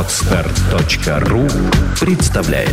Podster.ru представляет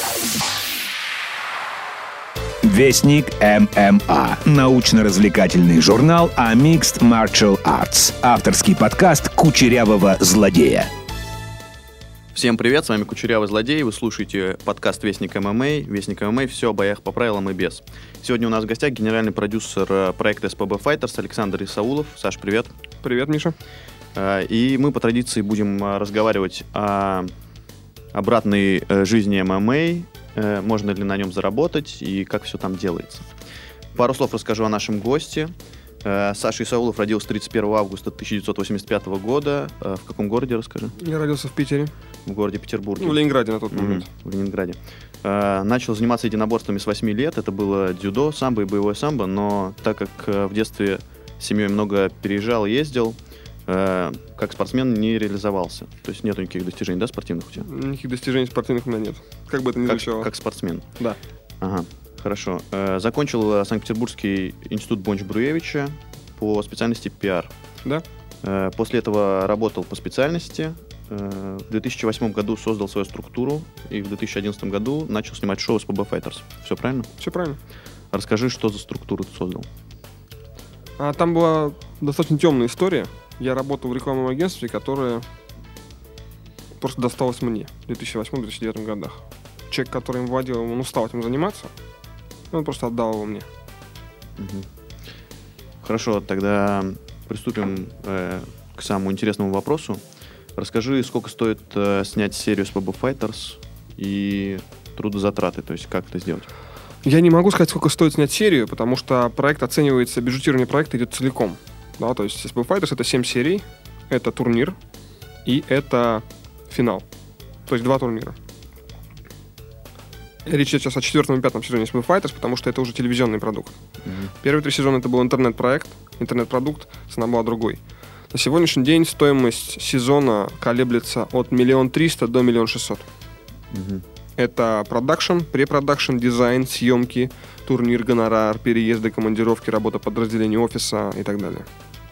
Вестник ММА. Научно-развлекательный журнал о Mixed Martial Arts. Авторский подкаст Кучерявого злодея. Всем привет, с вами Кучерявый злодей. Вы слушаете подкаст Вестник ММА. Вестник ММА, все о боях по правилам и без. Сегодня у нас в гостях генеральный продюсер проекта SPB Fighters Александр Исаулов. Саш, привет. Привет, Миша. И мы по традиции будем разговаривать о обратной жизни ММА, можно ли на нем заработать и как все там делается. Пару слов расскажу о нашем госте. Саша Исаулов родился 31 августа 1985 года. В каком городе, расскажи? Я родился в Питере. В городе Петербурге. В Ленинграде на тот момент. В Ленинграде. Начал заниматься единоборствами с 8 лет. Это было дзюдо, самбо и боевое самбо. Но так как в детстве с семьей много переезжал, ездил, как спортсмен не реализовался. То есть нету никаких достижений, да, спортивных у тебя? Никаких достижений спортивных у меня нет. Как бы это ни звучало. Как спортсмен? Да. Ага, хорошо. Закончил Санкт-Петербургский институт Бонч-Бруевича по специальности пиар. Да. После этого работал по специальности. В 2008 году создал свою структуру и в 2011 году начал снимать шоу SPB Fighters. Все правильно? Все правильно. Расскажи, что за структуру ты создал. Там была достаточно темная история. Я работал в рекламном агентстве, которое просто досталось мне в 2008-2009 годах. Человек, который им владел, он устал этим заниматься, и он просто отдал его мне. Угу. Хорошо, тогда приступим к самому интересному вопросу. Расскажи, сколько стоит снять серию SPB Fighters и трудозатраты, то есть как это сделать? Я не могу сказать, сколько стоит снять серию, потому что проект оценивается, бюджетирование проекта идет целиком. Да, то есть SPB Fighters — это 7 серий, это турнир и это финал. То есть 2 турнира. Речь идет сейчас о 4-м и 5-м сезоне SPB Fighters, потому что это уже телевизионный продукт. Первые 3 сезона это был интернет-проект, интернет-продукт, цена была другой. На сегодняшний день стоимость сезона колеблется от 1 300 000 до 1 600 000. Это продакшн, препродакшн, дизайн, съемки, турнир, гонорар, переезды, командировки, работа подразделений офиса и так далее.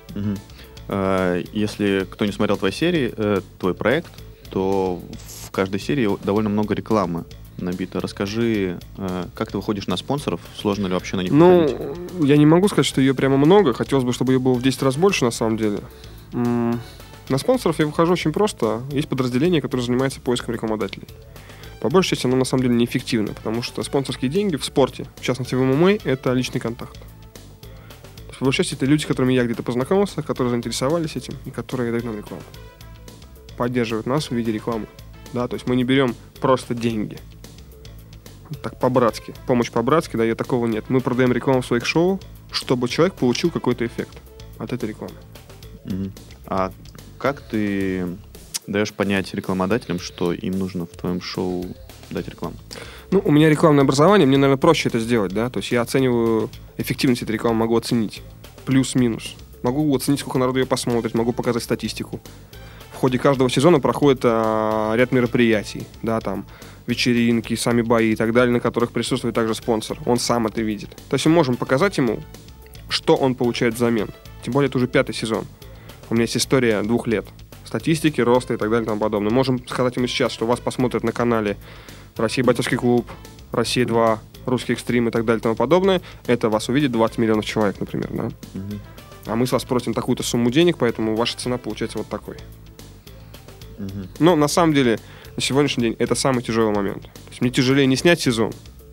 Если кто не смотрел твои серии, твой проект, то в каждой серии довольно много рекламы набито. Расскажи, как ты выходишь на спонсоров? Сложно ли вообще на них выходить? Я не могу сказать, что ее прямо много. Хотелось бы, чтобы ее было в 10 раз больше, на самом деле. На спонсоров я выхожу очень просто. Есть подразделение, которое занимается поиском рекламодателей. По большей части оно на самом деле неэффективно, потому что спонсорские деньги в спорте, в частности в ММА, это личный контакт. По большей части это люди, с которыми я где-то познакомился, которые заинтересовались этим и которые дают нам рекламу. Поддерживают нас в виде рекламы. Да, то есть мы не берем просто деньги. Так по-братски. Помощь по-братски, да, и такого нет. Мы продаем рекламу в своих шоу, чтобы человек получил какой-то эффект от этой рекламы. А как ты даешь понять рекламодателям, что им нужно в твоем шоу дать рекламу? У меня рекламное образование, мне, наверное, проще это сделать, да, то есть я оцениваю эффективность этой рекламы, могу оценить, плюс-минус. Могу оценить, сколько народу ее посмотрит, могу показать статистику. В ходе каждого сезона проходит ряд мероприятий, да, там, вечеринки, сами бои и так далее, на которых присутствует также спонсор. Он сам это видит. То есть мы можем показать ему, что он получает взамен. Тем более это уже 5-й сезон. У меня есть история 2 лет. Статистики, роста и так далее и тому подобное. Можем сказать ему сейчас, что вас посмотрят на канале Россия бойцовский клуб, Россия 2, Русский экстрим и так далее и тому подобное. Это вас увидит 20 миллионов человек, например, да? А мы с вас просим такую-то сумму денег, поэтому ваша цена получается вот такой. Но на самом деле на сегодняшний день это самый тяжелый момент. То есть мне тяжелее не снять сезон,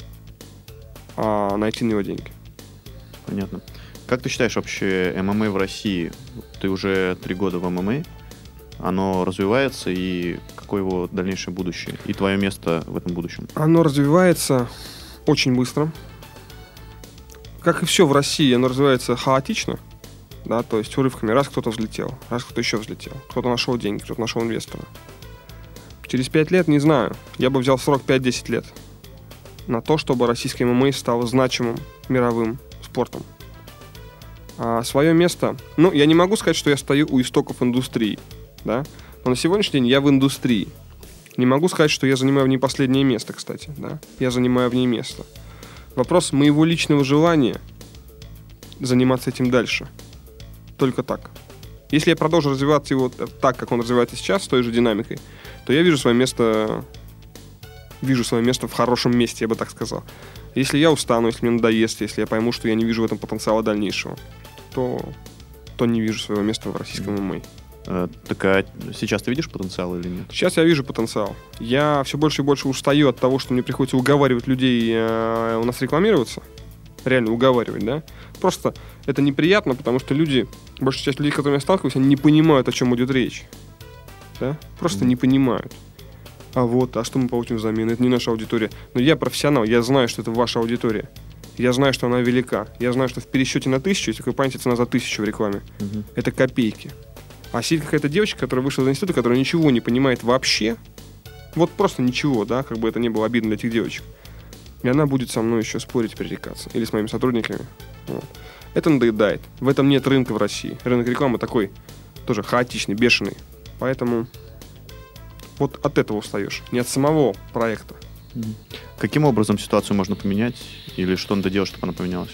а найти на него деньги. Понятно. Как ты считаешь вообще ММА в России? Ты уже 3 года в ММА. Оно развивается, и какое его дальнейшее будущее? И твое место в этом будущем? Оно развивается очень быстро. Как и все в России, оно развивается хаотично. Да, то есть урывками. Раз кто-то взлетел, раз кто-то еще взлетел. Кто-то нашел деньги, кто-то нашел инвестора. Через 5 лет, не знаю, я бы взял срок 5-10 лет на то, чтобы российский ММА стал значимым мировым спортом. А свое место... я не могу сказать, что я стою у истоков индустрии. Да? Но на сегодняшний день я в индустрии. Не могу сказать, что я занимаю в ней последнее место, кстати. Да? Я занимаю в ней место. Вопрос моего личного желания заниматься этим дальше. Только так. Если я продолжу развиваться его так, как он развивается сейчас, с той же динамикой, то я вижу свое место в хорошем месте, я бы так сказал. Если я устану, если мне надоест, если я пойму, что я не вижу в этом потенциала дальнейшего, то не вижу своего места в российском ММА. Так а сейчас ты видишь потенциал или нет? Сейчас я вижу потенциал. Я все больше и больше устаю от того, что мне приходится уговаривать людей у нас рекламироваться. Реально уговаривать, да? Просто это неприятно, потому что люди, большая часть людей, с которыми я сталкиваюсь, они не понимают, о чем идет речь. Да? Просто не понимают. А что мы получим взамен? Это не наша аудитория. Но я профессионал, я знаю, что это ваша аудитория. Я знаю, что она велика. Я знаю, что в пересчете на 1000, если вы понимаете, цена за 1000 в рекламе. Это копейки. А сидит какая-то девочка, которая вышла из института, которая ничего не понимает вообще. Вот просто ничего, да, как бы это ни было обидно для этих девочек. И она будет со мной еще спорить, пререкаться. Или с моими сотрудниками. Вот. Это надоедает. В этом нет рынка в России. Рынок рекламы такой тоже хаотичный, бешеный. Поэтому вот от этого устаешь. Не от самого проекта. Каким образом ситуацию можно поменять? Или что надо делать, чтобы она поменялась?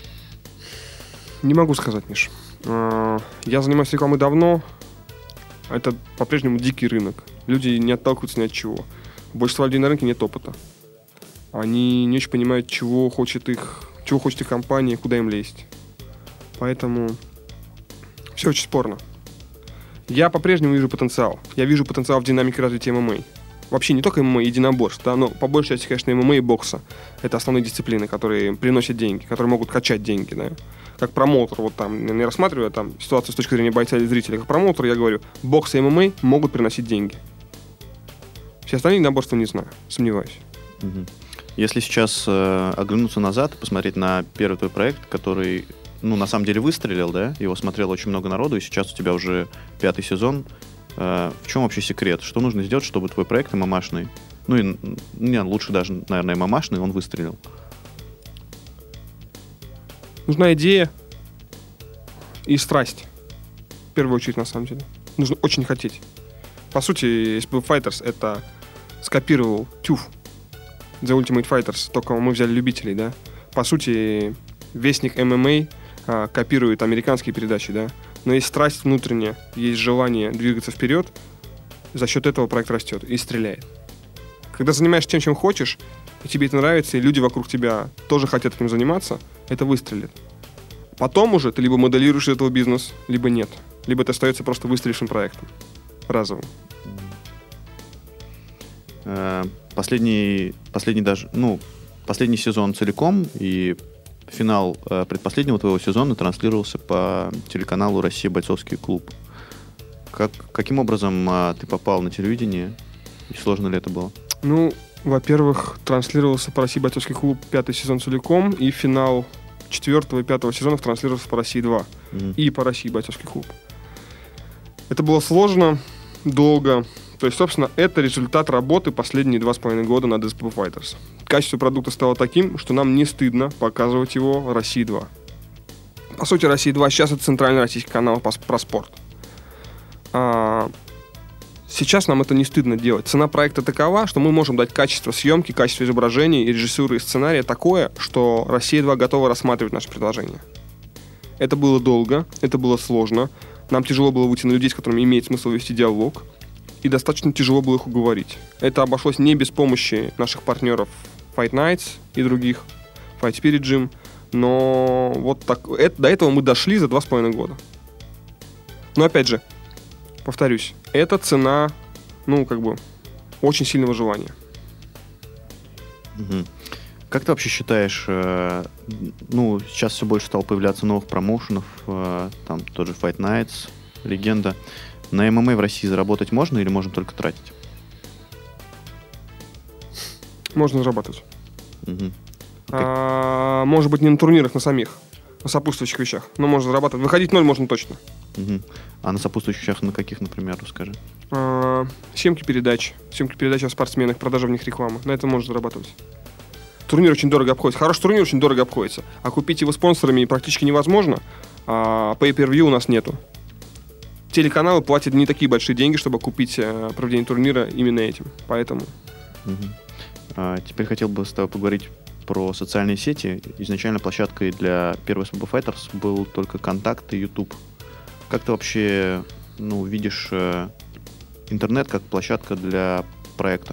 Не могу сказать, Миш. Я занимаюсь рекламой давно. Это по-прежнему дикий рынок. Люди не отталкиваются ни от чего. У большинства людей на рынке нет опыта. Они не очень понимают, чего хочет их компания, куда им лезть. Поэтому все очень спорно. Я по-прежнему вижу потенциал. Я вижу потенциал в динамике развития ММА. Вообще не только ММА, единоборств, да, но по большей части, конечно, ММА и бокса. Это основные дисциплины, которые приносят деньги, которые могут качать деньги, да. Как промоутер, вот там, не рассматривая там ситуацию с точки зрения бойца или зрителя, как промоутер, я говорю, бокс и ММА могут приносить деньги. Все остальные единоборства не знаю, сомневаюсь. Если сейчас оглянуться назад, посмотреть на первый твой проект, который, на самом деле выстрелил, да, его смотрело очень много народу, и сейчас у тебя уже 5-й сезон. В чем вообще секрет? Что нужно сделать, чтобы твой проект ММАшный, лучше даже, наверное, ММАшный, он выстрелил? Нужна идея и страсть. В первую очередь, на самом деле. Нужно очень хотеть. По сути, SPV Fighters это скопировал TÜV The Ultimate Fighters, только мы взяли любителей, да. По сути, Вестник ММА копирует американские передачи, да. Но есть страсть внутренняя, есть желание двигаться вперед, за счет этого проект растет и стреляет. Когда занимаешься тем, чем хочешь, и тебе это нравится, и люди вокруг тебя тоже хотят этим заниматься, это выстрелит. Потом уже ты либо моделируешь этого бизнес, либо нет. Либо это остается просто выстрелившим проектом. Разовым. Последний сезон целиком и финал предпоследнего твоего сезона транслировался по телеканалу «Россия. Бойцовский клуб». Каким образом ты попал на телевидение и сложно ли это было? Во-первых, транслировался по «России. Бойцовский клуб» 5-й сезон целиком, и финал 4-го и 5-го сезонов транслировался по «России 2» и по «России. Бойцовский клуб». Это было сложно, долго. То есть, собственно, это результат работы последние 2,5 года над SPV Fighters. Качество продукта стало таким, что нам не стыдно показывать его «России 2». По сути, «Россия 2» сейчас это центральный российский канал про спорт. Сейчас нам это не стыдно делать. Цена проекта такова, что мы можем дать качество съемки, качество изображения, и режиссуры, и сценария такое, что «Россия 2» готова рассматривать наше предложение. Это было долго, это было сложно. Нам тяжело было выйти на людей, с которыми имеет смысл вести диалог. И достаточно тяжело было их уговорить. Это обошлось не без помощи наших партнеров Fight Nights и других, Fight Spirit Gym, но вот так, до этого мы дошли за 2,5 года. Но опять же, повторюсь, это цена, очень сильного желания. Как ты вообще считаешь, сейчас все больше стало появляться новых промоушенов, там тот же Fight Nights, Легенда. На ММА в России заработать можно или можно только тратить? Можно зарабатывать. Может быть, не на турнирах, на самих, на сопутствующих вещах, но можно зарабатывать. Выходить в ноль можно точно. А на сопутствующих вещах на каких, например, расскажи? Съемки передач о спортсменах, продажа в них рекламы. На этом можно зарабатывать. Турнир очень дорого обходится. Хороший турнир очень дорого обходится. А купить его спонсорами практически невозможно. А pay-per-view у нас нету. Телеканалы платят не такие большие деньги, чтобы купить проведение турнира именно этим. Поэтому... Теперь хотел бы с тобой поговорить про социальные сети. Изначально площадкой для первой SPV Fighters был только Контакт и YouTube. Как ты вообще видишь интернет как площадка для проекта?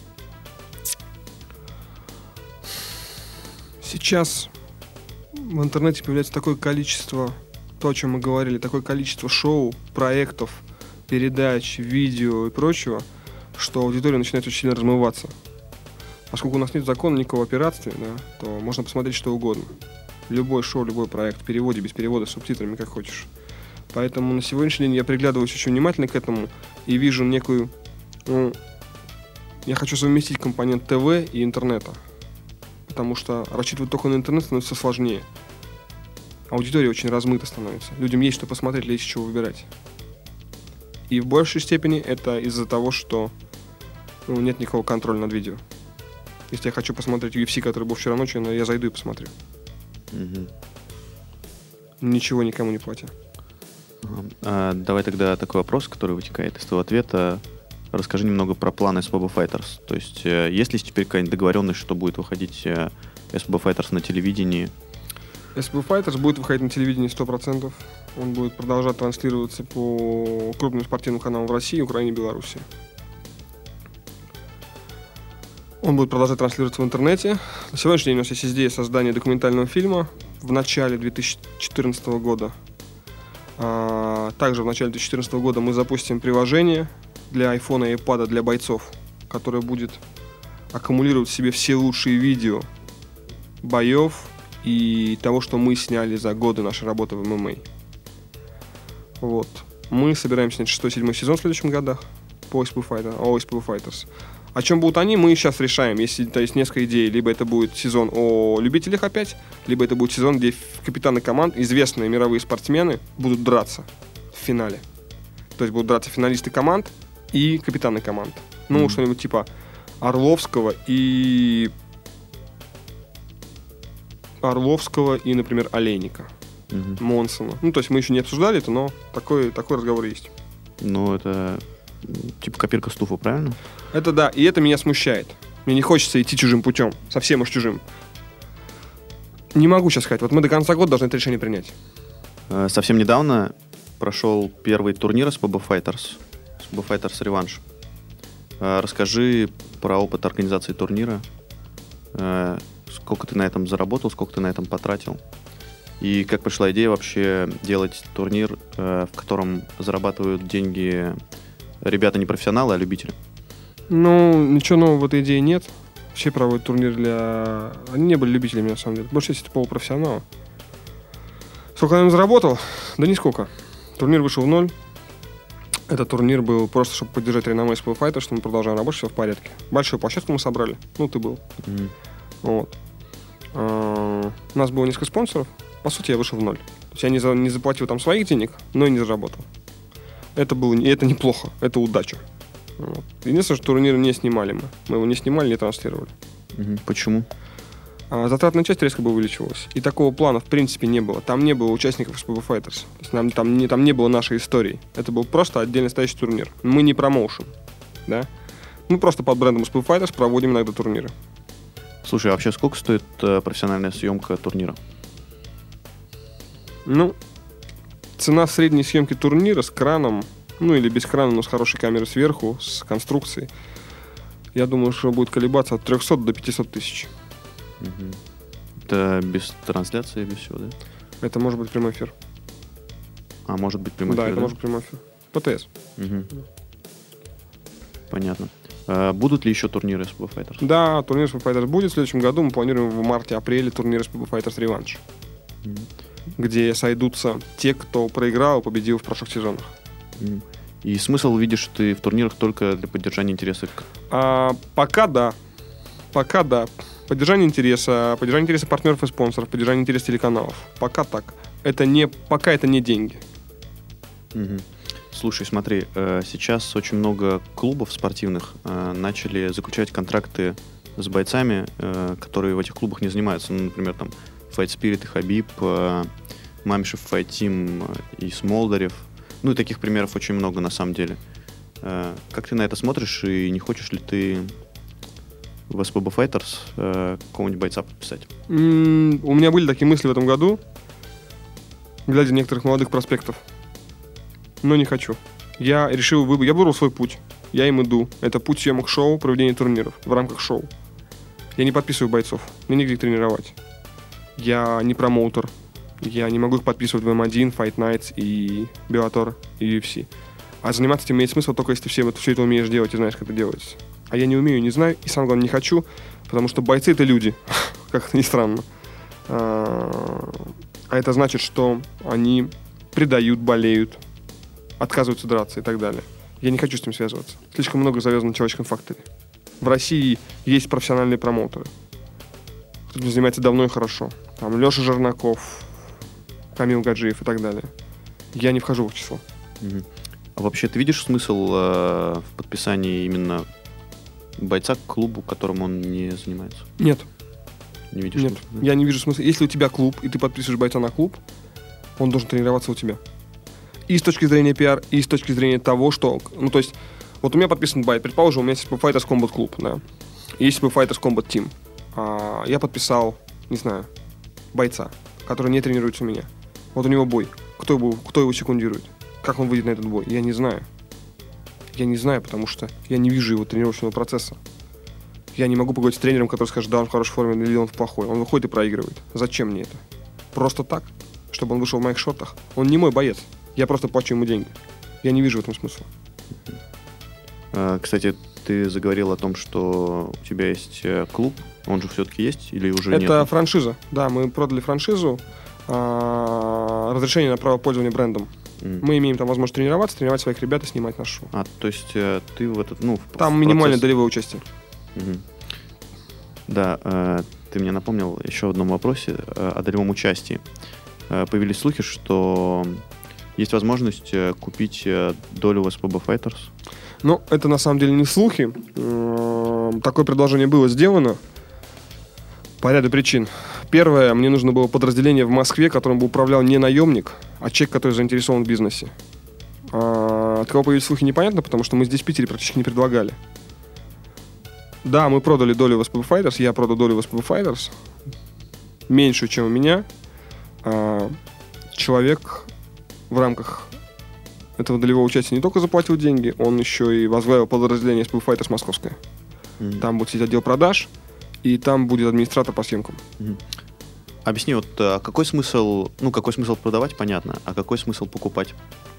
Сейчас в интернете появляется такое количество, то, о чем мы говорили, такое количество шоу, проектов, передач, видео и прочего, что аудитория начинает очень сильно размываться. Поскольку у нас нет закона никакого о пиратстве, да, то можно посмотреть что угодно. Любой шоу, любой проект, в переводе, без перевода, с субтитрами, как хочешь. Поэтому на сегодняшний день я приглядываюсь очень внимательно к этому и вижу некую... я хочу совместить компонент ТВ и интернета. Потому что рассчитывать только на интернет становится сложнее. Аудитория очень размыта становится. Людям есть что посмотреть, есть чего выбирать. И в большей степени это из-за того, что нет никакого контроля над видео. Если я хочу посмотреть UFC, который был вчера ночью, я зайду и посмотрю. Ничего никому не платя. Давай тогда такой вопрос, который вытекает из твоего ответа. Расскажи немного про планы SPB Fighters. То есть, есть ли теперь какая-нибудь договоренность, что будет выходить SPB Fighters на телевидении? SPB Fighters будет выходить на телевидении 100%. Он будет продолжать транслироваться по крупным спортивным каналам в России, Украине и Беларуси. Он будет продолжать транслироваться в интернете. На сегодняшний день у нас есть идея создания документального фильма в начале 2014 года. Также в начале 2014 года мы запустим приложение для iPhone и iPad для бойцов, которое будет аккумулировать в себе все лучшие видео боев и того, что мы сняли за годы нашей работы в ММА. Вот. Мы собираемся снять 6-7 сезон в следующем годах по SPB Fighters. О чем будут они, мы сейчас решаем. Если то есть несколько идей, либо это будет сезон о любителях опять, либо это будет сезон, где капитаны команд, известные мировые спортсмены, будут драться в финале. То есть будут драться финалисты команд и капитаны команд. Что-нибудь типа Орловского и, например, Олейника. Монсона. То есть мы еще не обсуждали это, но такой разговор есть. Это типа копирка с туфа, правильно? Это да, и это меня смущает. Мне не хочется идти чужим путем, совсем уж чужим. Не могу сейчас сказать, мы до конца года должны это решение принять. Совсем недавно прошел первый турнир SPB Fighters Реванш. Расскажи про опыт организации турнира. Сколько ты на этом заработал, сколько ты на этом потратил? И как пришла идея вообще делать турнир, в котором зарабатывают деньги ребята не профессионалы, а любители? Ничего нового в этой идее нет. Все проводят турнир для... Они не были любителями, на самом деле. Больше есть полупрофессионалы. Сколько я на нем заработал? Да нисколько. Турнир вышел в ноль. Этот турнир был просто, чтобы поддержать реноме SPB Fighters, что мы продолжаем работать, все в порядке. Большую площадку мы собрали. Ты был. Вот. У нас было несколько спонсоров. По сути, я вышел в ноль. То есть я не заплатил там своих денег, но и не заработал. Это неплохо. Это удача. Вот. Единственное, что турнир не снимали мы. Мы его не снимали, не транслировали. Почему? Затратная часть резко бы увеличивалась. И такого плана в принципе не было. Там не было участников SPB Fighters. То есть там не было нашей истории. Это был просто отдельно стоящий турнир. Мы не промоушен. Да? Мы просто под брендом SPB Fighters проводим иногда турниры. Слушай, а вообще сколько стоит профессиональная съемка турнира? Цена средней съемки турнира с краном, или без крана, но с хорошей камерой сверху, с конструкцией, я думаю, что будет колебаться от 300 до 500 тысяч. Это без трансляции, без всего, да? Это может быть прямой эфир. Может быть прямой эфир, да? Это может быть прямой эфир. ПТС. Понятно. Будут ли еще турниры SPB Fighters? Да, турнир SPB Fighters будет в следующем году. Мы планируем в марте-апреле турнир SPB Fighters Реванш. Где сойдутся те, кто проиграл и победил в прошлых сезонах. И смысл видишь ты в турнирах только для поддержания интереса? Пока да. Поддержание интереса партнеров и спонсоров, поддержание интереса телеканалов. Пока так. Пока это не деньги. Слушай, смотри, сейчас очень много клубов спортивных начали заключать контракты с бойцами, которые в этих клубах не занимаются. Например, там Fight Spirit и Хабиб, Мамишев Fight Team и Смолдарев. И таких примеров очень много на самом деле. Как ты на это смотришь, и не хочешь ли ты в SPB Fighters какого-нибудь бойца подписать? У меня были такие мысли в этом году, глядя на некоторых молодых проспектов. Но не хочу. Я выбрал свой путь. Я им иду. Это путь съемок шоу, проведения турниров в рамках шоу. Я не подписываю бойцов. Мне негде их тренировать. Я не промоутер. Я не могу их подписывать в M1, Fight Nights и Bellator и UFC. А заниматься этим имеет смысл только если ты все это умеешь делать и знаешь, как это делается. А я не умею, не знаю, и самое главное, не хочу, потому что бойцы — это люди, как это ни странно. А это значит, что они предают, болеют, отказываются драться и так далее. Я не хочу с ним связываться. Слишком много завязано на человеческом факторе. В России есть профессиональные промоутеры. Кто-то занимается давно и хорошо. Там Леша Жернаков, Камил Гаджиев и так далее. Я не вхожу в их число. А вообще ты видишь смысл в подписании именно бойца к клубу, которым он не занимается? Нет. Не видишь Нет, смысла? я не вижу смысла. Если у тебя клуб, и ты подписываешь бойца на клуб, он должен тренироваться у тебя. И с точки зрения пиар, и с точки зрения того, что... Ну, то есть, вот у меня подписан байт. Предположим, у меня есть Fighters Combat Club, да. И есть Fighters Combat Team. Я подписал, не знаю, бойца, который не тренируется у меня. Вот у него бой. Кто его секундирует? Как он выйдет на этот бой? Я не знаю. Я не знаю, потому что я не вижу его тренировочного процесса. Я не могу поговорить с тренером, который скажет, да, он в хорошей форме или он в плохой. Он выходит и проигрывает. Зачем мне это? Просто так? Чтобы он вышел в моих шортах? Он не мой боец. Я просто плачу ему деньги. Я не вижу в этом смысла. Кстати, ты заговорил о том, что у тебя есть клуб. Он же все-таки есть или уже нет? Это франшиза. Да, мы продали франшизу. Разрешение на право пользования брендом. Мы имеем там возможность тренировать своих ребят и снимать наш шоу. То есть ты в этот... Там минимальное долевое участие. Да, ты мне напомнил еще в одном вопросе о долевом участии. Появились слухи, что есть возможность купить долю в SPB Fighters. Ну, это на самом деле не слухи. Такое предложение было сделано по ряду причин. Первое, мне нужно было подразделение в Москве, которым бы управлял не наемник, а человек, который заинтересован в бизнесе. От кого появились слухи, непонятно, потому что мы здесь в Питере практически не предлагали. Да, мы продали долю в SPB Fighters, я продал долю в SPB Fighters, меньшую, чем у меня. Человек в рамках этого долевого участия не только заплатил деньги, он еще и возглавил подразделение SPB Fighters московское. Там будет сидеть отдел продаж, и там будет администратор по съемкам. Объясни, вот какой смысл продавать, понятно, а какой смысл покупать?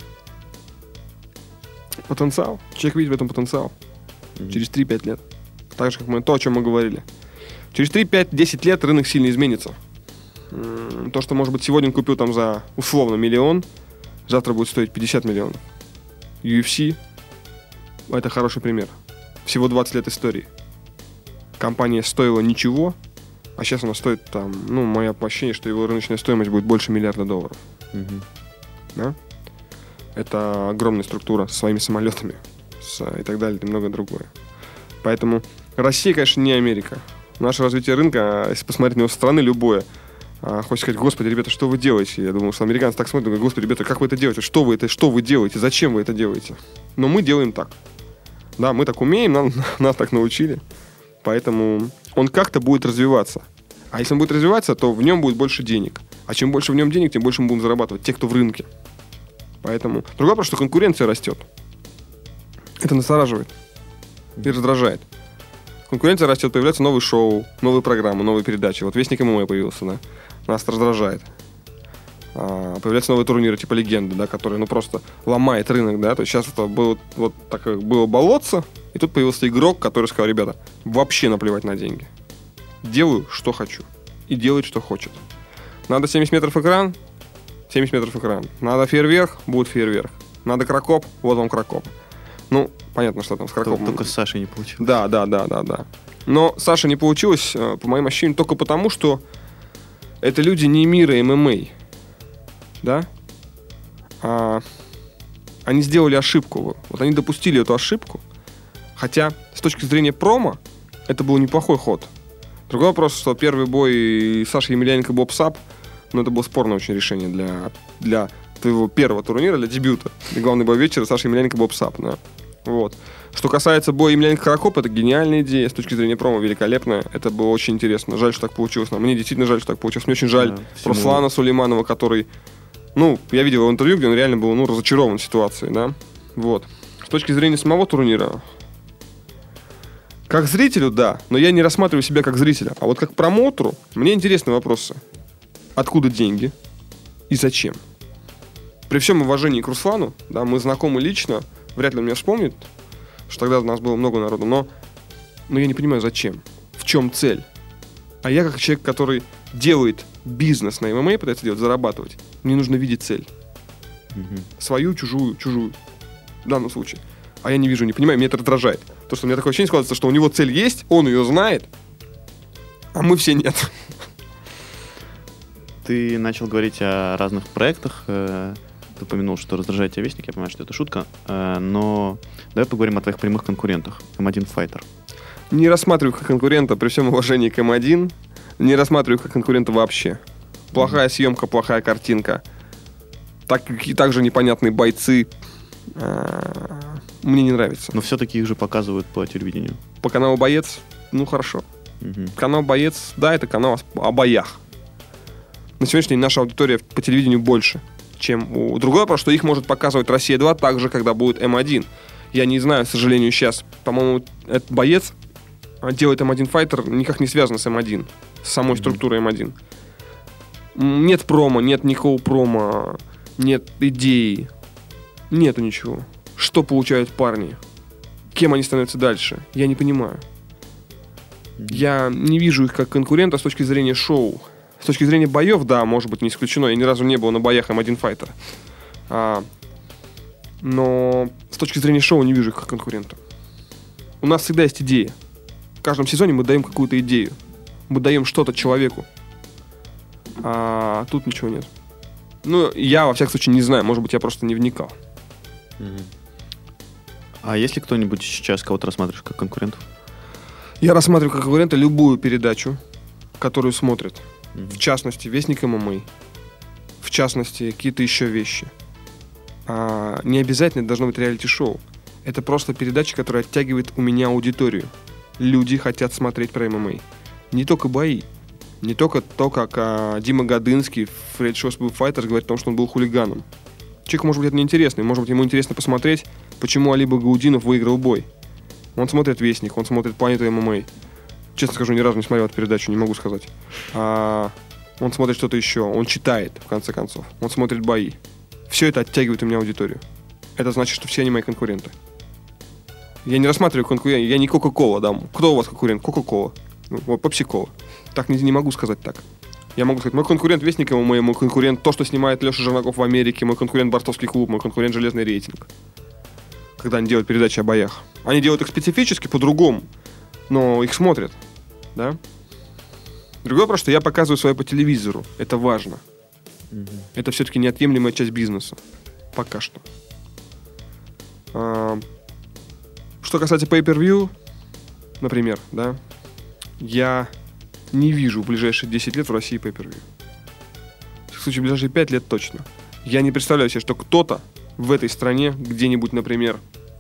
Потенциал. Человек видит в этом потенциал. Через 3-5 лет. Так же, как то, о чем мы говорили. Через 3-5-10 лет рынок сильно изменится. То, что, может быть, сегодня купил там за условно 1 миллион, завтра будет стоить 50 миллионов. UFC — это хороший пример. Всего 20 лет истории. Компания стоила ничего, а сейчас она стоит там, мое ощущение, что его рыночная стоимость будет больше $1 миллиарда. Да? Это огромная структура со своими самолетами и так далее, и многое другое. Поэтому Россия, конечно, не Америка. Наше развитие рынка, если посмотреть на него со стороны, любое, хочется сказать: господи, ребята, что вы делаете? Я думаю, что американцы так смотрят, говорят: господи, ребята, как вы это делаете? Что вы делаете? Зачем вы это делаете? Но мы делаем так. Да, мы так умеем, нас так научили. Поэтому он как-то будет развиваться. А если он будет развиваться, то в нем будет больше денег. А чем больше в нем денег, тем больше мы будем зарабатывать. Те, кто в рынке. Поэтому другой вопрос, что конкуренция растет. Это настораживает и раздражает. Конкуренция растет, появляются новые шоу, новые программы, новые передачи. Вот «Вестник ММА» появился, да. Нас это раздражает. Появляются новые турниры типа «Легенды», да, которые просто ломает рынок, да. То есть сейчас это было было болотце, и тут появился игрок, который сказал: ребята, вообще наплевать на деньги. Делаю, что хочу. И делает, что хочет. Надо 70 метров экран, 70 метров экран. Надо фейерверк, будет фейерверк. Надо крокоп, вот вам крокоп. Понятно, что там с крокопом. Только с Сашей не получилось. Да. Но Саша не получилось, по моим ощущениям, только потому, что это люди не мира ММА. Да? Они сделали ошибку. Вот они допустили эту ошибку. Хотя, с точки зрения промо, это был неплохой ход. Другой вопрос, что первый бой Саши Емельяненко Боб Сап, это было спорное очень решение для твоего первого турнира, для дебюта. И главный бой вечера Саша Емельяненко Боб Сап, да. Вот. Что касается боя Емельяненко Крокоп, это гениальная идея, с точки зрения промо великолепная. Это было очень интересно. Жаль, что так получилось. Мне действительно жаль, что так получилось. Мне очень жаль Руслана Сулейманова, который... я видел его интервью, где он реально был разочарован ситуацией, да. Вот. С точки зрения самого турнира, как зрителю, да, но я не рассматриваю себя как зрителя. А вот как промоутеру, мне интересны вопросы. Откуда деньги и зачем? При всем уважении к Руслану, да, мы знакомы лично, вряд ли он меня вспомнит, что тогда у нас было много народу, но я не понимаю, зачем, в чем цель. А я как человек, который делает бизнес на ММА, пытается делать, зарабатывать, мне нужно видеть цель. Свою, чужую. В данном случае. А я не вижу, не понимаю, меня это раздражает. То, что у меня такое ощущение складывается, что у него цель есть, он ее знает, а мы все нет. Ты начал говорить о разных проектах. Ты упомянул, что раздражает тебя Вестник. Я понимаю, что это шутка. Но давай поговорим о твоих прямых конкурентах. М1 Fighter. Не рассматриваю как конкурента при всем уважении к М1. Не рассматриваю как конкурента вообще. Плохая съемка, плохая картинка. Также непонятные бойцы. Мне не нравится. Но все-таки их же показывают по телевидению. По каналу «Боец», ну хорошо. Канал «Боец», да, это канал о боях. На сегодняшний день наша аудитория по телевидению больше, чем у... Другой вопрос, что их может показывать «Россия-2» так же, когда будет М1. Я не знаю, к сожалению, сейчас. По-моему, этот «Боец» делает М1 Fighter никак не связано с М1, с самой структурой М1. Нет промо, нет никакого промо, нет идеи, нету ничего. Что получают парни? Кем они становятся дальше? Я не понимаю. Я не вижу их как конкурента с точки зрения шоу. С точки зрения боев, да, может быть, не исключено. Я ни разу не был на боях М1 Fighter. Но с точки зрения шоу не вижу их как конкурента. У нас всегда есть идея. В каждом сезоне мы даем какую-то идею. Мы даем что-то человеку. А тут ничего нет. Ну, я, во всяком случае, не знаю. Может быть, я просто не вникал. А есть ли кто-нибудь сейчас, кого ты рассматриваешь как конкурентов? Я рассматриваю как конкурента любую передачу, которую смотрят. В частности, Вестник ММА. В частности, какие-то еще вещи. Не обязательно это должно быть реалити-шоу. Это просто передача, которая оттягивает у меня аудиторию. Люди хотят смотреть про ММА. Не только бои. Не только то, как Дима Годынский в Red Show Fighters говорит о том, что он был хулиганом. Человеку, может быть, это неинтересно. Может быть, ему интересно посмотреть, почему Алиба Гаудинов выиграл бой. Он смотрит Вестник, он смотрит Планету ММА. Честно скажу, ни разу не смотрел эту передачу, не могу сказать. Он смотрит что-то еще, он читает, в конце концов. Он смотрит бои. Все это оттягивает у меня аудиторию. Это значит, что все они мои конкуренты. Я не рассматриваю конкурента, я не Кока-Кола, да. Кто у вас конкурент? Кока-Кола. Пепси-Кола. Так не могу сказать так. Я могу сказать, мой конкурент Вестник ММА, мой конкурент то, что снимает Леша Жернаков в Америке, мой конкурент Борцовский клуб, мой конкурент Железный рейтинг. Когда они делают передачи о боях. Они делают их специфически, по-другому, но их смотрят, да? Другой вопрос, что я показываю свое по телевизору. Это важно. Это все-таки неотъемлемая часть бизнеса. Пока что. Что касается pay-per-view, например, да, я не вижу в ближайшие 10 лет в России pay-per-view. В случае, в ближайшие 5 лет точно. Я не представляю себе, что кто-то в этой стране, где-нибудь, например,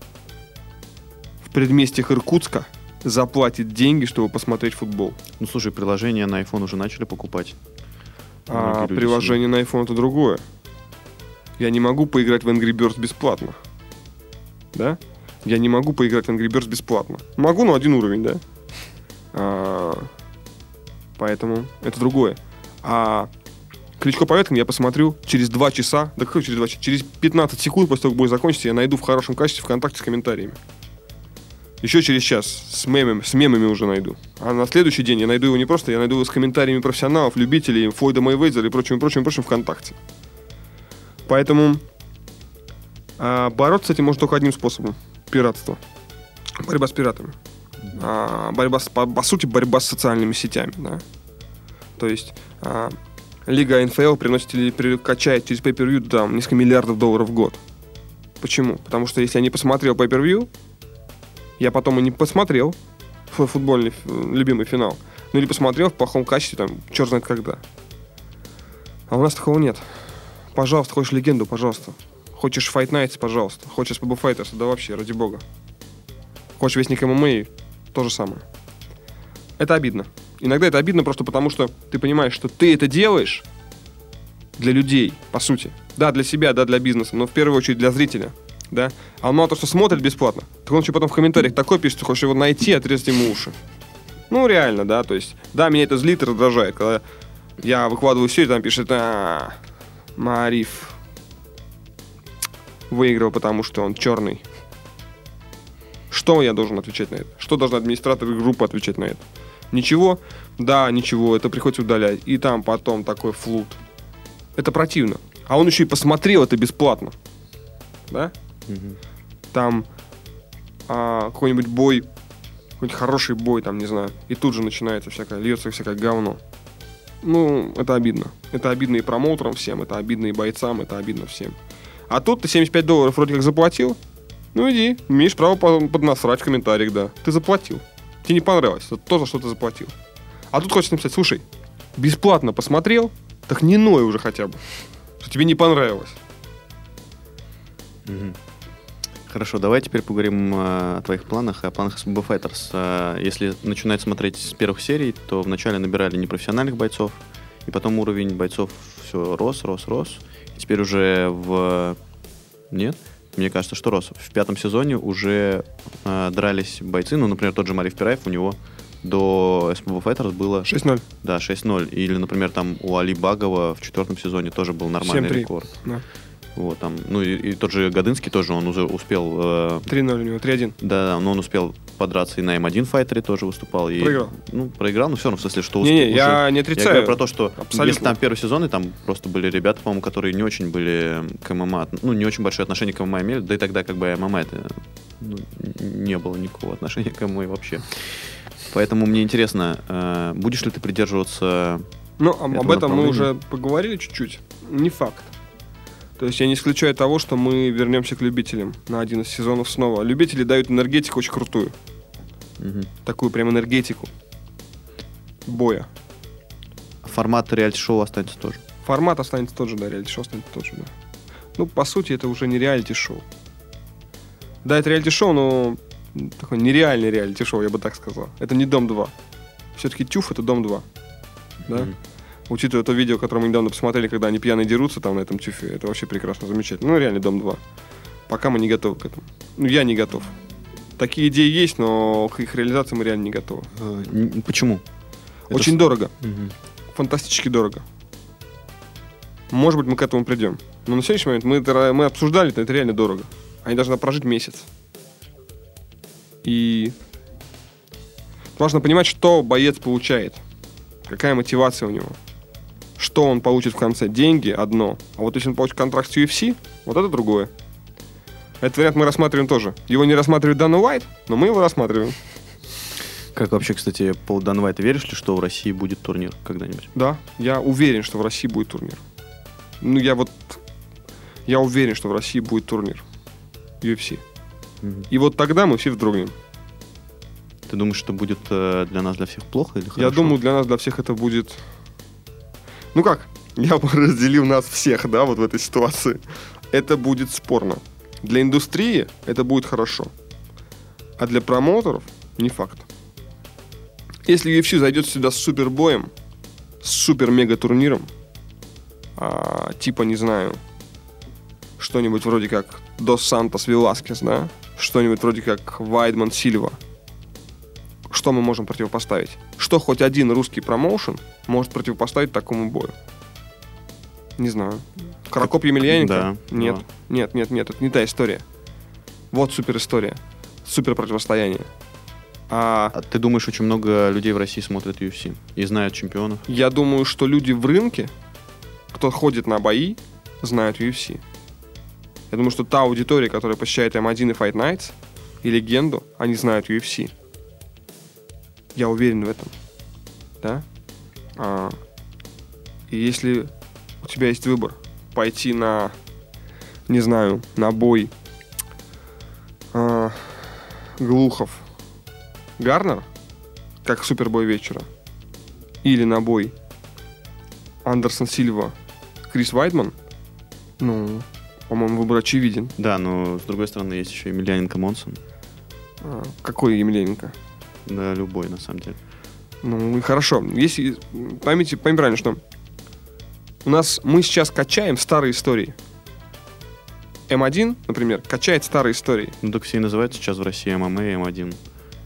в предместьях Иркутска, заплатит деньги, чтобы посмотреть футбол. Ну, слушай, приложения на iPhone уже начали покупать. Приложение на iPhone — это другое. Я не могу поиграть в Angry Birds бесплатно. Да? Я не могу поиграть в Angry Birds бесплатно. Могу, но один уровень, да? Поэтому это другое. Кличко Поветкин я посмотрю через 2 часа. Да какой через 2 часа? Через 15 секунд после того, как бой закончится, я найду в хорошем качестве ВКонтакте с комментариями. Еще через час с мемами уже найду. А на следующий день я найду его не просто, я найду его с комментариями профессионалов, любителей, Флойда Мэйвезера и прочим ВКонтакте. Поэтому бороться с этим можно только одним способом. Пиратство. Борьба с пиратами. По сути, борьба с социальными сетями. Да? То есть Лига НФЛ качает через pay-per-view там, несколько миллиардов долларов в год. Почему? Потому что если я не посмотрел pay-per-view, я потом и не посмотрел футбольный любимый финал. Ну или посмотрел в плохом качестве, там, черт знает когда. А у нас такого нет. Пожалуйста, хочешь легенду, пожалуйста. Хочешь Fight Nights, пожалуйста. Хочешь SPB Fighters, да вообще, ради бога. Хочешь Вестник ММА, то же самое. Это обидно. Иногда это обидно просто потому, что ты понимаешь, что ты это делаешь для людей, по сути. Да, для себя, да, для бизнеса, но в первую очередь для зрителя. Да? А он мало того, что смотрит бесплатно, так он еще потом в комментариях такой пишет, что хочешь его найти и отрезать ему уши. Ну, реально, да, то есть, да, меня это злит и раздражает, когда я выкладываю все, и там пишет, Маариф выиграл, потому что он черный. Что я должен отвечать на это? Что должен администратор группы отвечать на это? Ничего? Да, ничего, это приходится удалять. И там потом такой флут. Это противно. А он еще и посмотрел это бесплатно. Да? Там какой-нибудь бой, какой-нибудь хороший бой, там, не знаю, и тут же начинается льется всякое говно. Ну, это обидно. Это обидно и промоутерам всем, это обидно и бойцам, это обидно всем. А тут ты $75 вроде как заплатил, ну иди, имеешь право поднасрать в комментариях, да. Ты заплатил. Тебе не понравилось, это то, за что ты заплатил. А тут хочется написать, слушай, бесплатно посмотрел, так не ной уже хотя бы, что тебе не понравилось. Хорошо, давай теперь поговорим о твоих планах, о планах SBB Fighters. Если начинать смотреть с первых серий, то вначале набирали непрофессиональных бойцов, и потом уровень бойцов все рос. И теперь уже Нет? Мне кажется, что рос. В 5 сезоне уже дрались бойцы. Ну, например, тот же Мариф Пираев, у него до SBB Fighters было... 6-0. Да, 6-0. Или, например, там у Али Багова в 4 сезоне тоже был нормальный 7-3. рекорд. Да. Вот, там, ну и тот же Годынский тоже, он уже успел... 3-0 у него, 3-1. Да, но он успел подраться и на М1 файтере тоже выступал. И, проиграл. Ну, проиграл, но все равно в смысле, что Не, я не отрицаю. Я говорю про то, что абсолютно. Если там первый сезон, и там просто были ребята, по-моему, которые не очень были к ММА, ну, не очень большое отношение к ММА имели, да и тогда как бы ММА это не было никакого отношения к ММА вообще. Поэтому мне интересно, будешь ли ты придерживаться... Ну, об этом мы уже поговорили чуть-чуть. Не факт. То есть я не исключаю того, что мы вернемся к любителям на один из сезонов снова. Любители дают энергетику очень крутую. Такую прям энергетику боя. Формат реалити-шоу останется тоже? Формат останется тот же, да, реалити-шоу останется тот же, да. Ну, по сути, это уже не реалити-шоу. Да, это реалити-шоу, но такое нереальное реалити-шоу, я бы так сказал. Это не Дом-2. Все-таки ТЮФ — это Дом-2. Да? Учитывая то видео, которое мы недавно посмотрели, когда они пьяные дерутся там на этом ТЮФе, это вообще прекрасно, замечательно. Ну, реально Дом-2. Пока мы не готовы к этому. Ну, я не готов. Такие идеи есть, но к их реализации мы реально не готовы. Почему? Очень дорого. Фантастически дорого. Может быть, мы к этому придем. Но на сегодняшний момент мы обсуждали, это реально дорого. Они должны прожить месяц. И важно понимать, что боец получает. Какая мотивация у него. Что он получит в конце? Деньги — одно. А вот если он получит контракт с UFC, вот это другое. Этот вариант мы рассматриваем тоже. Его не рассматривает Дана Уайт, но мы его рассматриваем. Как вообще, кстати, по поводу Дана Уайта, веришь ли, что в России будет турнир когда-нибудь? Да, я уверен, что в России будет турнир. Ну, я уверен, что в России будет турнир UFC. И вот тогда мы все вздрогнем. Ты думаешь, что будет для нас, для всех плохо или хорошо? Я думаю, для нас, для всех это будет... Ну как? Я бы разделил нас всех, да, вот в этой ситуации. Это будет спорно. Для индустрии это будет хорошо. А для промоутеров не факт. Если UFC зайдет сюда с супербоем, с супер-мега-турниром, типа, не знаю, что-нибудь вроде как Дос Сантос Веласкес, да? Что-нибудь вроде как Вайдман Сильва. Что мы можем противопоставить? Что хоть один русский промоушен может противопоставить такому бою? Не знаю. Крокоп Емельяненко? Да. Нет. Да. Нет, это не та история. Вот супер история. Супер противостояние. А ты думаешь, очень много людей в России смотрят UFC и знают чемпионов? Я думаю, что люди в рынке, кто ходит на бои, знают UFC. Я думаю, что та аудитория, которая посещает M1 и Fight Nights и Легенду, они знают UFC. Я уверен в этом. Да? И если у тебя есть выбор пойти на, не знаю, на бой Глухов Гарнер, как супербой вечера, или на бой Андерсон Сильва Крис Вайдман, ну, по-моему, выбор очевиден. Да, но с другой стороны есть еще Емельяненко Монсон. Какой Емельяненко? Да, любой, на самом деле. Ну, и хорошо. Если поймите правильно, что мы сейчас качаем старые истории. М1, например, качает старые истории. Ну, так все и называют сейчас в России ММА и М1.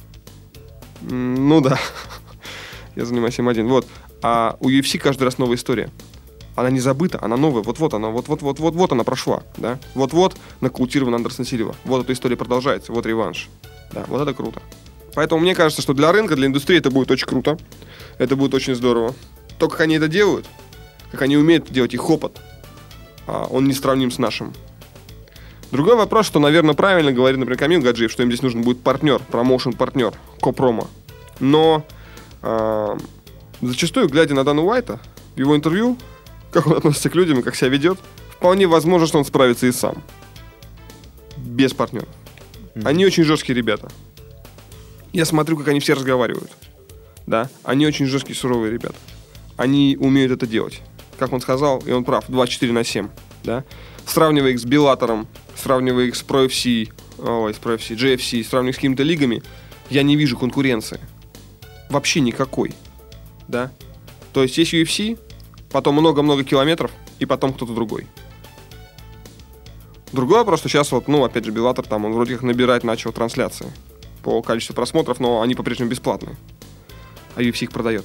Ну да. Я занимаюсь М1. Вот. А у UFC каждый раз новая история. Она не забыта, она новая. Вот-вот она, вот она прошла. Да? Вот-вот нокаутирован Андерсон Сильва. Вот эта история продолжается. Вот реванш. Да, вот это круто. Поэтому мне кажется, что для рынка, для индустрии это будет очень круто. Это будет очень здорово. То, как они это делают, как они умеют делать, их опыт, он не сравним с нашим. Другой вопрос, что, наверное, правильно говорит, например, Камил Гаджиев, что им здесь нужен будет партнер, промоушен-партнер, копромо. Но зачастую, глядя на Дану Уайта, в его интервью, как он относится к людям и как себя ведет, вполне возможно, что он справится и сам. Без партнеров. Они очень жесткие ребята. Я смотрю, как они все разговаривают. Да? Они очень жесткие, суровые ребята. Они умеют это делать. Как он сказал, и он прав, 24/7. Да? Сравнивая их с Беллатором, сравнивая их с GFC, сравнивая их с какими-то лигами, я не вижу конкуренции. Вообще никакой. Да? То есть UFC, потом много-много километров, и потом кто-то другой. Другой вопрос, что сейчас вот, опять же, Беллатор там, он вроде как набирать начал трансляции по количеству просмотров, но они по-прежнему бесплатные. А UFC их продает.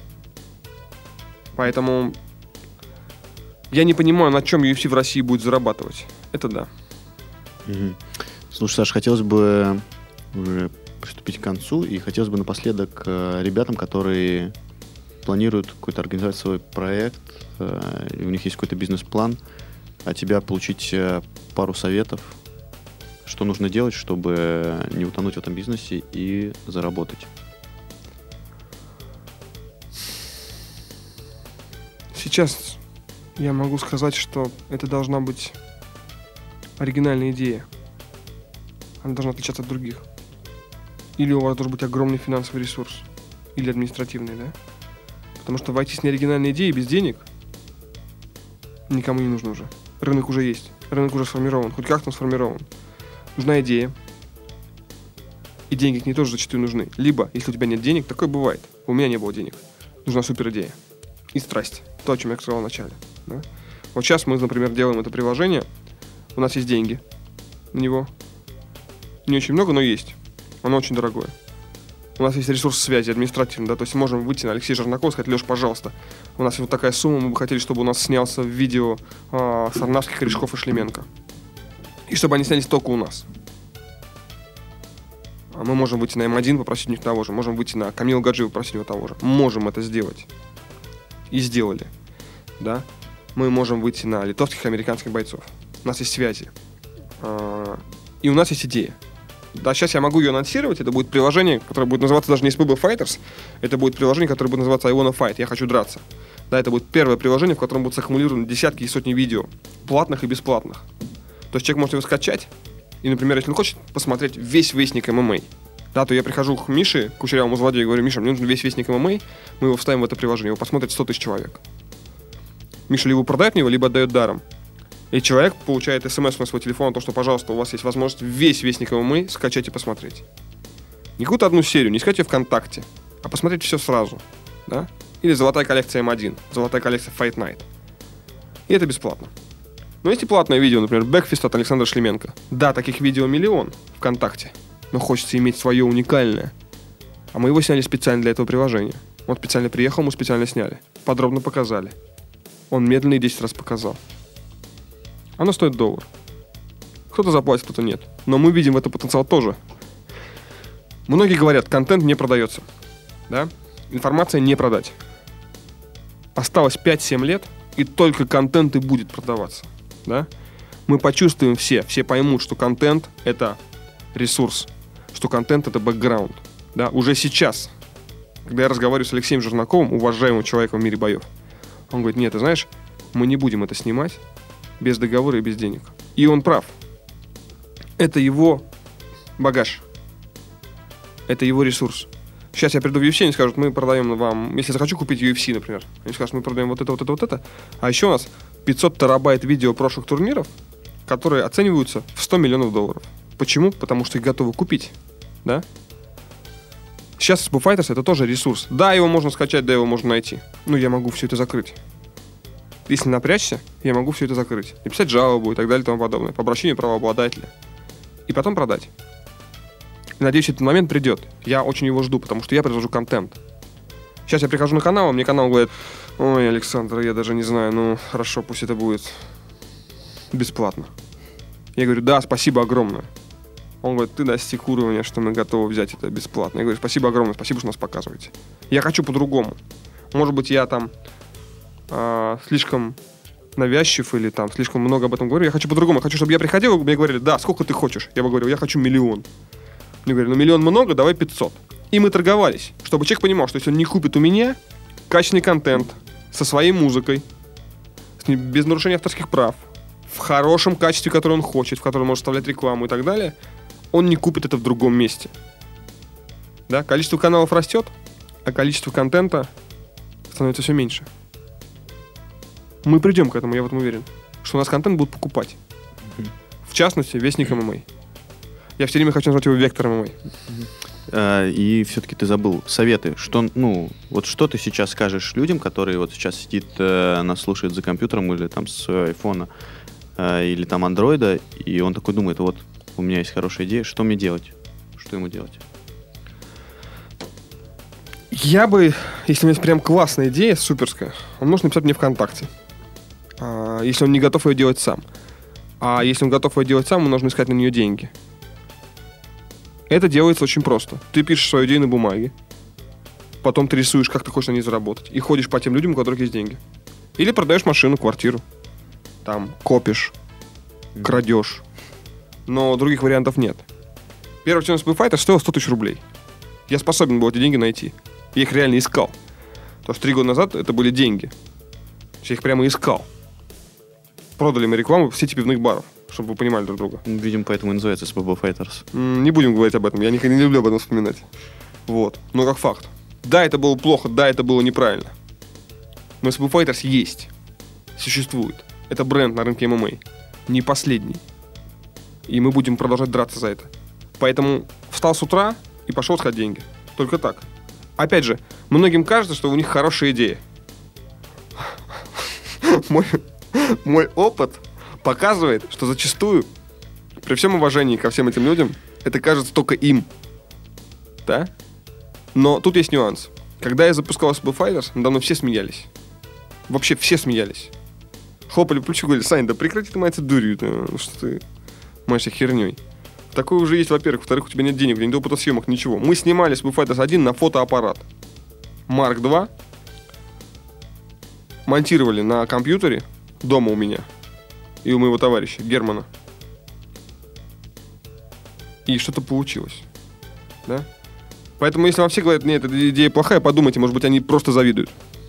Поэтому я не понимаю, на чем UFC в России будет зарабатывать. Это да. Слушай, Саш, хотелось бы уже приступить к концу, и хотелось бы напоследок ребятам, которые планируют какой-то организовать свой проект, и у них есть какой-то бизнес-план, от тебя получить пару советов, что нужно делать, чтобы не утонуть в этом бизнесе и заработать. Сейчас я могу сказать, что это должна быть оригинальная идея. Она должна отличаться от других. Или у вас должен быть огромный финансовый ресурс, или административный, да? Потому что войти с неоригинальной идеей без денег никому не нужно уже. Рынок уже есть. Рынок уже сформирован. Хоть как-то он сформирован. Нужна идея. И деньги к ней тоже зачастую нужны. Либо, если у тебя нет денег, такое бывает. У меня не было денег. Нужна супер идея. И страсть. То, о чем я сказал в начале. Да? Вот сейчас мы, например, делаем это приложение. У нас есть деньги на него. Не очень много, но есть. Оно очень дорогое. У нас есть ресурс связи административный, да, то есть можем выйти на Алексея Жернакова и сказать: Леш, пожалуйста, у нас вот такая сумма, мы бы хотели, чтобы у нас снялся видео Сарнавских, Корешков и Шлеменко. И чтобы они снялись только у нас. Мы можем выйти на М1, попросить у них того же. Можем выйти на Камила Гаджиева, попросить у него того же. Можем это сделать. И сделали. Да? Мы можем выйти на литовских и американских бойцов. У нас есть связи. И у нас есть идея. Да, сейчас я могу ее анонсировать. Это будет приложение, которое будет называться даже не SPB Fighters. Это будет приложение, которое будет называться I Wanna Fight. Я хочу драться. Да, это будет первое приложение, в котором будут саккумулированы десятки и сотни видео. Платных и бесплатных. То есть человек может его скачать. И, например, если он хочет посмотреть весь Вестник ММА, да, то я прихожу к Мише, Кучерявому злодею, и говорю: Миша, мне нужен весь Вестник ММА. Мы его вставим в это приложение. Его посмотрит 100 тысяч человек. Миша либо продает мне его, либо отдает даром. И человек получает смс на свой телефон о том, что, пожалуйста, у вас есть возможность весь Вестник ММА скачать и посмотреть. Не какую-то одну серию, не искать ее ВКонтакте, а посмотреть все сразу. Да? Или золотая коллекция М1, золотая коллекция Fight Night. И это бесплатно. Но есть и платное видео, например, Бэкфист от Александра Шлеменко. Да, таких видео миллион ВКонтакте, но хочется иметь свое уникальное. А мы его сняли специально для этого приложения. Он специально приехал, мы специально сняли. Подробно показали. Он медленно и 10 раз показал. Оно стоит $1. Кто-то заплатит, кто-то нет. Но мы видим в этом потенциал тоже. Многие говорят, контент не продается. Да? Информация не продать. Осталось 5-7 лет, и только контент и будет продаваться. Да? Мы почувствуем все поймут, что контент — это ресурс, что контент — это бэкграунд. Да? Уже сейчас, когда я разговариваю с Алексеем Жернаковым, уважаемым человеком в мире боев, он говорит: нет, ты знаешь, мы не будем это снимать без договора и без денег. И он прав. Это его багаж. Это его ресурс. Сейчас я приду в UFC, они скажут: мы продаем вам, если захочу купить UFC, например, они скажут: мы продаем вот это, вот это, вот это. А еще у нас 500 терабайт видео прошлых турниров, которые оцениваются в $100 миллионов. Почему? Потому что их готовы купить. Да? Сейчас SPB Fighters — это тоже ресурс. Да, его можно скачать, да, его можно найти. Но я могу все это закрыть. Если напрячься, я могу все это закрыть. Написать жалобу и так далее и тому подобное. По обращению правообладателя. И потом продать. И, надеюсь, этот момент придет. Я очень его жду, потому что я произвожу контент. Сейчас я прихожу на канал, а мне канал говорит: ой, Александр, я даже не знаю, ну, хорошо, пусть это будет бесплатно. Я говорю: да, спасибо огромное. Он говорит: ты достиг уровня, что мы готовы взять это бесплатно. Я говорю: спасибо огромное, спасибо, что нас показываете. Я хочу по-другому. Может быть, я там слишком навязчив или там слишком много об этом говорю. Я хочу по-другому. Я хочу, чтобы я приходил, и мне говорили: да, сколько ты хочешь? Я бы говорил: я хочу 1 миллион. Мне говорили: ну, 1 миллион много, давай 500. И мы торговались, чтобы человек понимал, что если он не купит у меня качественный контент со своей музыкой, без нарушения авторских прав, в хорошем качестве, которое он хочет, в котором может вставлять рекламу и так далее, он не купит это в другом месте. Да? Количество каналов растет, а количество контента становится все меньше. Мы придем к этому, я в этом уверен. Что у нас контент будут покупать. В частности, Вестник ММА. Я все время хочу назвать его Вектор ММА. И все-таки ты забыл советы. Что, ну, вот что ты сейчас скажешь людям, которые вот сейчас сидит, нас слушает за компьютером или там с айфона, или там андроида, и он такой думает: вот у меня есть хорошая идея, что мне делать? Что ему делать? Я бы, если у меня есть прям классная идея, суперская, он может написать мне ВКонтакте. Если он не готов ее делать сам. А если он готов ее делать сам, ему нужно искать на нее деньги. Это делается очень просто. Ты пишешь свою идею на бумаге, потом ты рисуешь, как ты хочешь на ней заработать, и ходишь по тем людям, у которых есть деньги. Или продаешь машину, квартиру, там, копишь, крадешь. Но других вариантов нет. Первый член SB Fighter стоил 100 тысяч рублей. Я способен был эти деньги найти. Я их реально искал. Потому что 3 года назад это были деньги. Я их прямо искал. Продали мы рекламу в сети пивных баров, чтобы вы понимали друг друга. Видимо, поэтому и называется SBB Fighters. Не будем говорить об этом, я никогда не люблю об этом вспоминать. Вот, но как факт. Да, это было плохо, да, это было неправильно. Но SBB Fighters есть, существует. Это бренд на рынке ММА. Не последний. И мы будем продолжать драться за это. Поэтому встал с утра и пошел искать деньги. Только так. Опять же, многим кажется, что у них хорошая идея. Мой опыт показывает, что зачастую, при всем уважении ко всем этим людям, это кажется только им. Да? Но тут есть нюанс. Когда я запускал SB Fighters, надо мной все смеялись. Вообще все смеялись. Хлопали по плечу и говорили: Сань, да прекрати ты маяться дурью, что ты маешься херней. Такое уже есть, во-первых. Во-вторых, у тебя нет денег, нет опыта съемок, ничего. Мы снимали SB Fighters 1 на фотоаппарат Mark II. Монтировали на компьютере дома у меня и у моего товарища Германа. И что-то получилось. Да? Поэтому, если вам все говорят: нет, эта идея плохая, подумайте, может быть, они просто завидуют.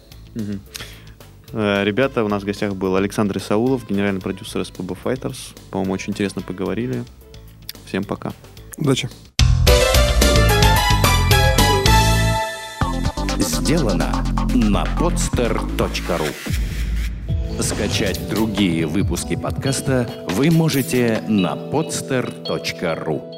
Ребята, у нас в гостях был Александр Исаулов, генеральный продюсер SBB Fighters. По-моему, очень интересно поговорили. Всем пока. Удачи. Сделано на podster.ru. Скачать другие выпуски подкаста вы можете на podster.ru.